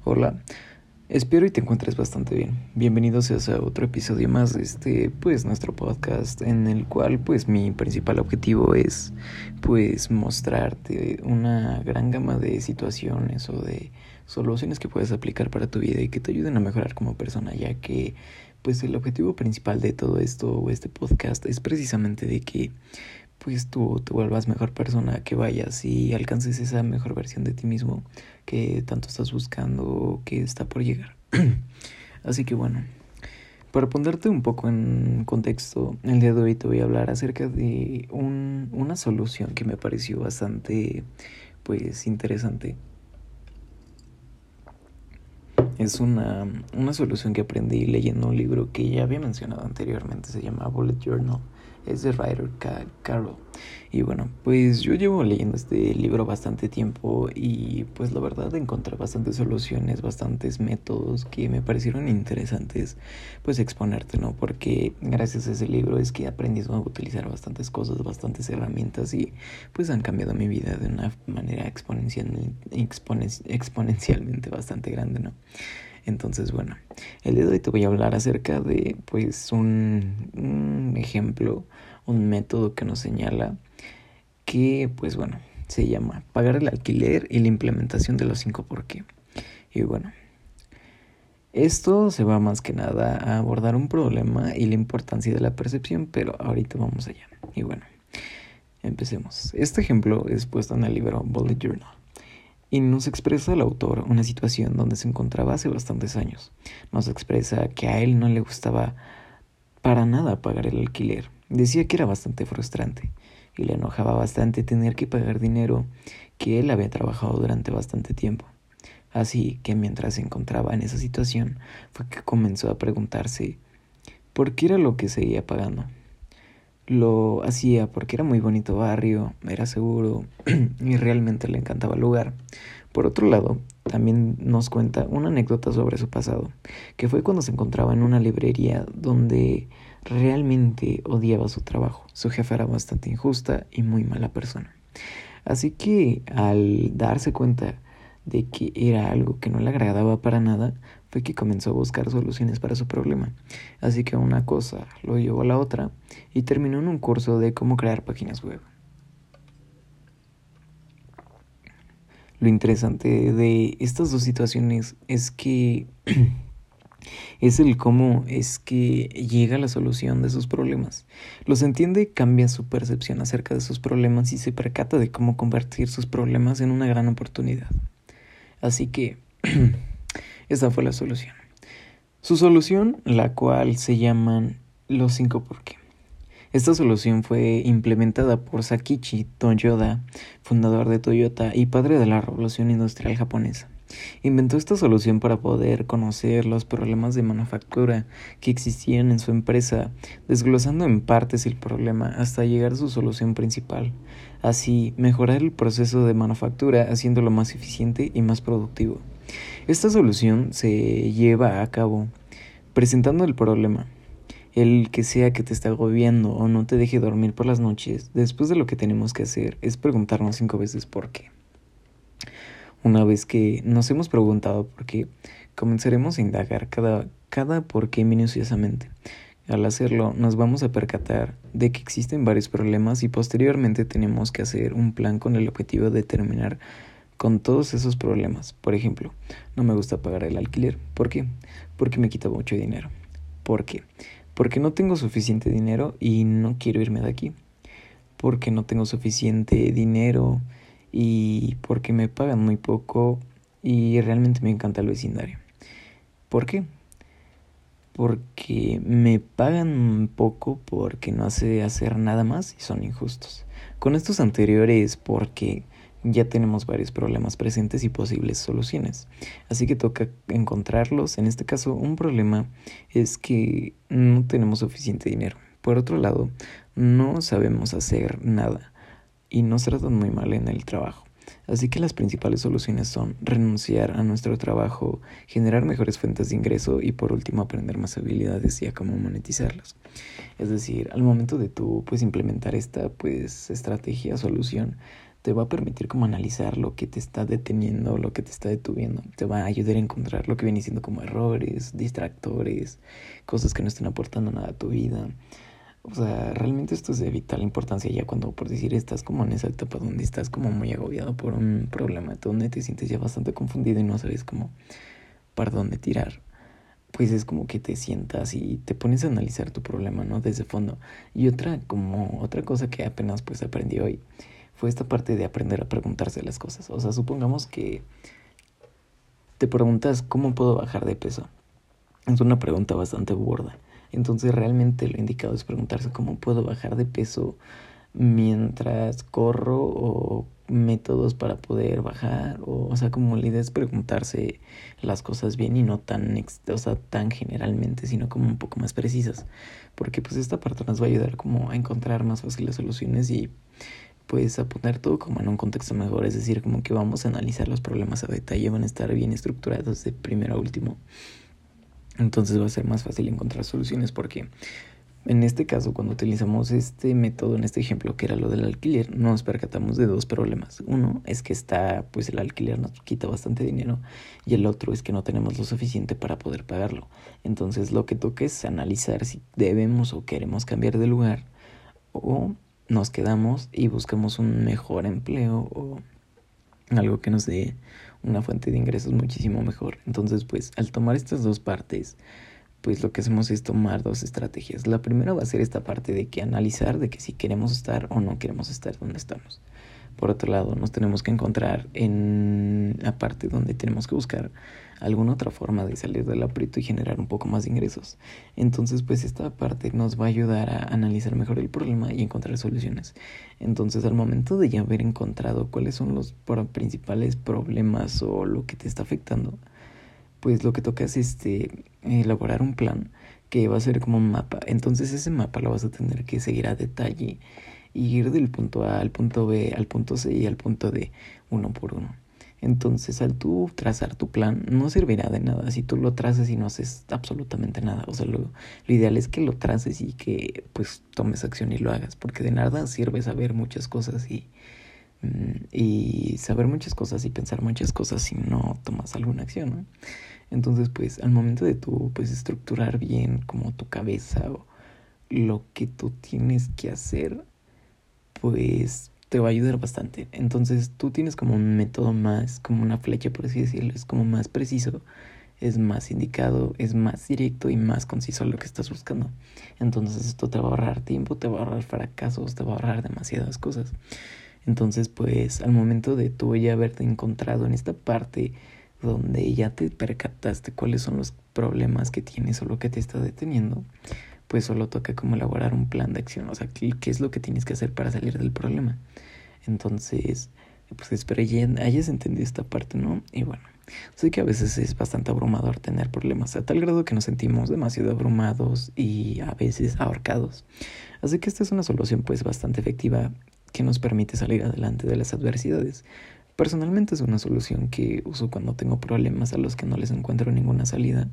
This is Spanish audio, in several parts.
Hola, espero y te encuentres bastante bien. Bienvenido seas a otro episodio más de nuestro podcast, en el cual, mi principal objetivo es, mostrarte una gran gama de situaciones o de soluciones que puedes aplicar para tu vida y que te ayuden a mejorar como persona, ya que, el objetivo principal de todo esto o este podcast es precisamente de que tú te vuelvas mejor persona, que vayas y alcances esa mejor versión de ti mismo que tanto estás buscando o que está por llegar. Así que bueno, para ponerte un poco en contexto, el día de hoy te voy a hablar acerca de una solución que me pareció bastante interesante. Es una solución que aprendí leyendo un libro que ya había mencionado anteriormente, se llama Bullet Journal. Es de Ryder Carroll. Y bueno, yo llevo leyendo este libro bastante tiempo y la verdad encontré bastantes soluciones, bastantes métodos que me parecieron interesantes exponerte, ¿no? Porque gracias a ese libro es que he aprendido a utilizar bastantes cosas, bastantes herramientas y han cambiado mi vida de una manera exponencialmente bastante grande, ¿no? Entonces, bueno, el día de hoy te voy a hablar acerca de, un ejemplo, un método que nos señala que, se llama pagar el alquiler y la implementación de los 5 por qué. Y bueno, esto se va más que nada a abordar un problema y la importancia de la percepción, pero ahorita vamos allá. Y bueno, empecemos. Este ejemplo es puesto en el libro Bullet Journal. Y nos expresa el autor una situación donde se encontraba hace bastantes años. Nos expresa que a él no le gustaba para nada pagar el alquiler. Decía que era bastante frustrante y le enojaba bastante tener que pagar dinero que él había trabajado durante bastante tiempo. Así que mientras se encontraba en esa situación fue que comenzó a preguntarse por qué era lo que seguía pagando. Lo hacía porque era muy bonito barrio, era seguro y realmente le encantaba el lugar. Por otro lado, también nos cuenta una anécdota sobre su pasado, que fue cuando se encontraba en una librería donde realmente odiaba su trabajo. Su jefa era bastante injusta y muy mala persona. Así que al darse cuenta de que era algo que no le agradaba para nada, fue que comenzó a buscar soluciones para su problema. Así que una cosa lo llevó a la otra y terminó en un curso de cómo crear páginas web. Lo interesante de estas dos situaciones es que es el cómo es que llega a la solución de sus problemas. Los entiende, cambia su percepción acerca de sus problemas y se percata de cómo convertir sus problemas en una gran oportunidad. Así que esa fue la solución. Su solución, la cual se llaman los 5 por qué. Esta solución fue implementada por Sakichi Toyoda, fundador de Toyota y padre de la revolución industrial japonesa. Inventó esta solución para poder conocer los problemas de manufactura que existían en su empresa, desglosando en partes el problema hasta llegar a su solución principal. Así, mejorar el proceso de manufactura haciéndolo más eficiente y más productivo. Esta solución se lleva a cabo presentando el problema, el que sea que te está agobiando o no te deje dormir por las noches. Después de lo que tenemos que hacer es preguntarnos 5 veces por qué. Una vez que nos hemos preguntado por qué, comenzaremos a indagar cada por qué minuciosamente. Al hacerlo, nos vamos a percatar de que existen varios problemas y posteriormente tenemos que hacer un plan con el objetivo de terminar con todos esos problemas. Por ejemplo, no me gusta pagar el alquiler. ¿Por qué? Porque me quita mucho dinero. ¿Por qué? Porque no tengo suficiente dinero y no quiero irme de aquí. Porque no tengo suficiente dinero y porque me pagan muy poco y realmente me encanta el vecindario. ¿Por qué? Porque me pagan poco porque no hace hacer nada más y son injustos. Con estos anteriores, porque ya tenemos varios problemas presentes y posibles soluciones. Así que toca encontrarlos. En este caso, un problema es que no tenemos suficiente dinero. Por otro lado, no sabemos hacer nada y nos tratan muy mal en el trabajo. Así que las principales soluciones son renunciar a nuestro trabajo, generar mejores fuentes de ingreso y por último aprender más habilidades y a cómo monetizarlas. Es decir, al momento de tú implementar esta estrategia, solución, te va a permitir como analizar lo que te está deteniendo, lo que te está detuviendo. Te va a ayudar a encontrar lo que viene siendo como errores, distractores, cosas que no están aportando nada a tu vida. O sea, realmente esto es de vital importancia ya cuando, por decir, estás como en esa etapa donde estás como muy agobiado por un problema, donde te sientes ya bastante confundido y no sabes cómo para dónde tirar. Pues es como que te sientas y te pones a analizar tu problema, ¿no? Desde fondo. Y otra cosa que apenas pues aprendí hoy fue esta parte de aprender a preguntarse las cosas. O sea, supongamos que te preguntas, ¿cómo puedo bajar de peso? Es una pregunta bastante burda. Entonces realmente lo indicado es preguntarse cómo puedo bajar de peso mientras corro o métodos para poder bajar o sea, como la idea es preguntarse las cosas bien y no tan generalmente, sino como un poco más precisas, porque pues esta parte nos va a ayudar como a encontrar más fáciles soluciones y pues a poner todo como en un contexto mejor, es decir, como que vamos a analizar los problemas a detalle, van a estar bien estructurados de primero a último. Entonces va a ser más fácil encontrar soluciones porque en este caso, cuando utilizamos este método, en este ejemplo que era lo del alquiler, nos percatamos de dos problemas. Uno es que pues el alquiler nos quita bastante dinero y el otro es que no tenemos lo suficiente para poder pagarlo. Entonces lo que toca es analizar si debemos o queremos cambiar de lugar o nos quedamos y buscamos un mejor empleo o algo que nos dé una fuente de ingresos muchísimo mejor. Entonces, pues al tomar estas dos partes, pues lo que hacemos es tomar dos estrategias. La primera va a ser esta parte de que analizar de que si queremos estar o no queremos estar donde estamos. Por otro lado, nos tenemos que encontrar en la parte donde tenemos que buscar alguna otra forma de salir del aprieto y generar un poco más de ingresos. Entonces, pues esta parte nos va a ayudar a analizar mejor el problema y encontrar soluciones. Entonces, al momento de ya haber encontrado cuáles son los principales problemas o lo que te está afectando, pues lo que toca es elaborar un plan que va a ser como un mapa. Entonces ese mapa lo vas a tener que seguir a detalle y ir del punto A al punto B, al punto C y al punto D, uno por uno. Entonces al tú trazar tu plan no servirá de nada si tú lo trazas y no haces absolutamente nada. O sea, lo ideal es que lo traces y que pues tomes acción y lo hagas, porque de nada sirve saber muchas cosas y saber muchas cosas y pensar muchas cosas si no tomas alguna acción, ¿no? Entonces, pues, al momento de tú, pues, estructurar bien como tu cabeza o lo que tú tienes que hacer, pues, te va a ayudar bastante. Entonces, tú tienes como un método más, como una flecha, por así decirlo, es como más preciso, es más indicado, es más directo y más conciso a lo que estás buscando. Entonces, esto te va a ahorrar tiempo, te va a ahorrar fracasos, te va a ahorrar demasiadas cosas. Entonces, pues, al momento de tú ya haberte encontrado en esta parte donde ya te percataste cuáles son los problemas que tienes o lo que te está deteniendo, pues solo toca como elaborar un plan de acción, o sea, qué es lo que tienes que hacer para salir del problema. Entonces, pues espero ya hayas entendido esta parte, ¿no? Y bueno, sé que a veces es bastante abrumador tener problemas, a tal grado que nos sentimos demasiado abrumados y a veces ahorcados. Así que esta es una solución pues bastante efectiva que nos permite salir adelante de las adversidades. Personalmente es una solución que uso cuando tengo problemas a los que no les encuentro ninguna salida.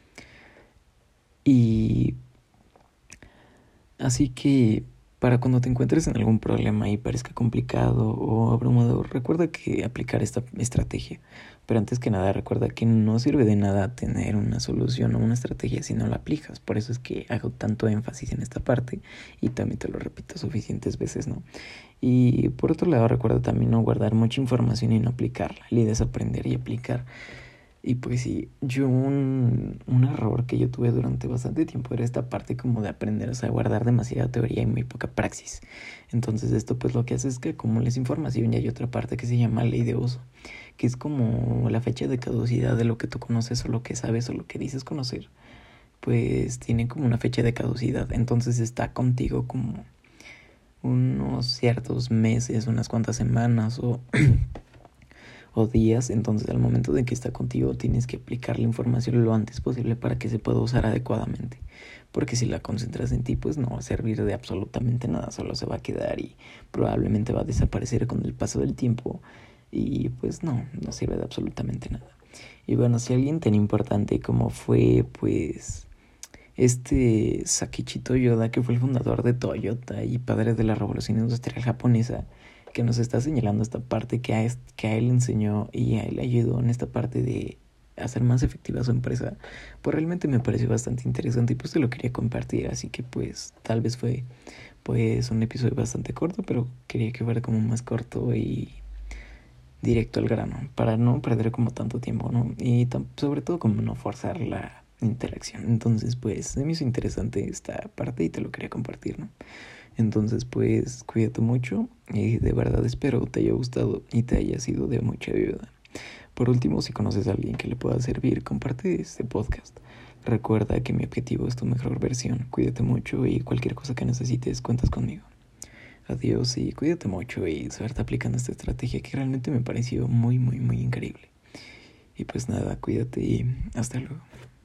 Y así que para cuando te encuentres en algún problema y parezca complicado o abrumador, recuerda que aplicar esta estrategia. Pero antes que nada, recuerda que no sirve de nada tener una solución o una estrategia si no la aplicas. Por eso es que hago tanto énfasis en esta parte y también te lo repito suficientes veces, ¿no? Y por otro lado, recuerda también no guardar mucha información y no aplicarla. La idea es aprender y aplicar. Y pues sí, un error que yo tuve durante bastante tiempo era esta parte como de aprender, o sea, guardar demasiada teoría y muy poca praxis. Entonces esto pues lo que hace es que acumules información y hay otra parte que se llama ley de uso, que es como la fecha de caducidad de lo que tú conoces o lo que sabes o lo que dices conocer. Pues tiene como una fecha de caducidad, entonces está contigo como unos ciertos meses, unas cuantas semanas o días. Entonces al momento de que está contigo tienes que aplicar la información lo antes posible para que se pueda usar adecuadamente, porque si la concentras en ti pues no va a servir de absolutamente nada, solo se va a quedar y probablemente va a desaparecer con el paso del tiempo y pues no sirve de absolutamente nada. Y bueno, si alguien tan importante como fue pues Sakichi Toyoda, que fue el fundador de Toyota y padre de la revolución industrial japonesa, que nos está señalando esta parte que a él enseñó y a él le ayudó en esta parte de hacer más efectiva su empresa, pues realmente me pareció bastante interesante y pues te lo quería compartir, así que pues tal vez fue pues un episodio bastante corto, pero quería que fuera como más corto y directo al grano, para no perder como tanto tiempo, ¿no? Y sobre todo como no forzar la interacción. Entonces pues se me hizo interesante esta parte y te lo quería compartir, ¿no? Entonces pues cuídate mucho y de verdad espero te haya gustado y te haya sido de mucha ayuda. Por último, si conoces a alguien que le pueda servir, comparte este podcast. Recuerda que mi objetivo es tu mejor versión. Cuídate mucho y cualquier cosa que necesites, cuentas conmigo. Adiós y cuídate mucho y suerte aplicando esta estrategia que realmente me pareció muy, muy, muy increíble. Y pues nada, cuídate y hasta luego.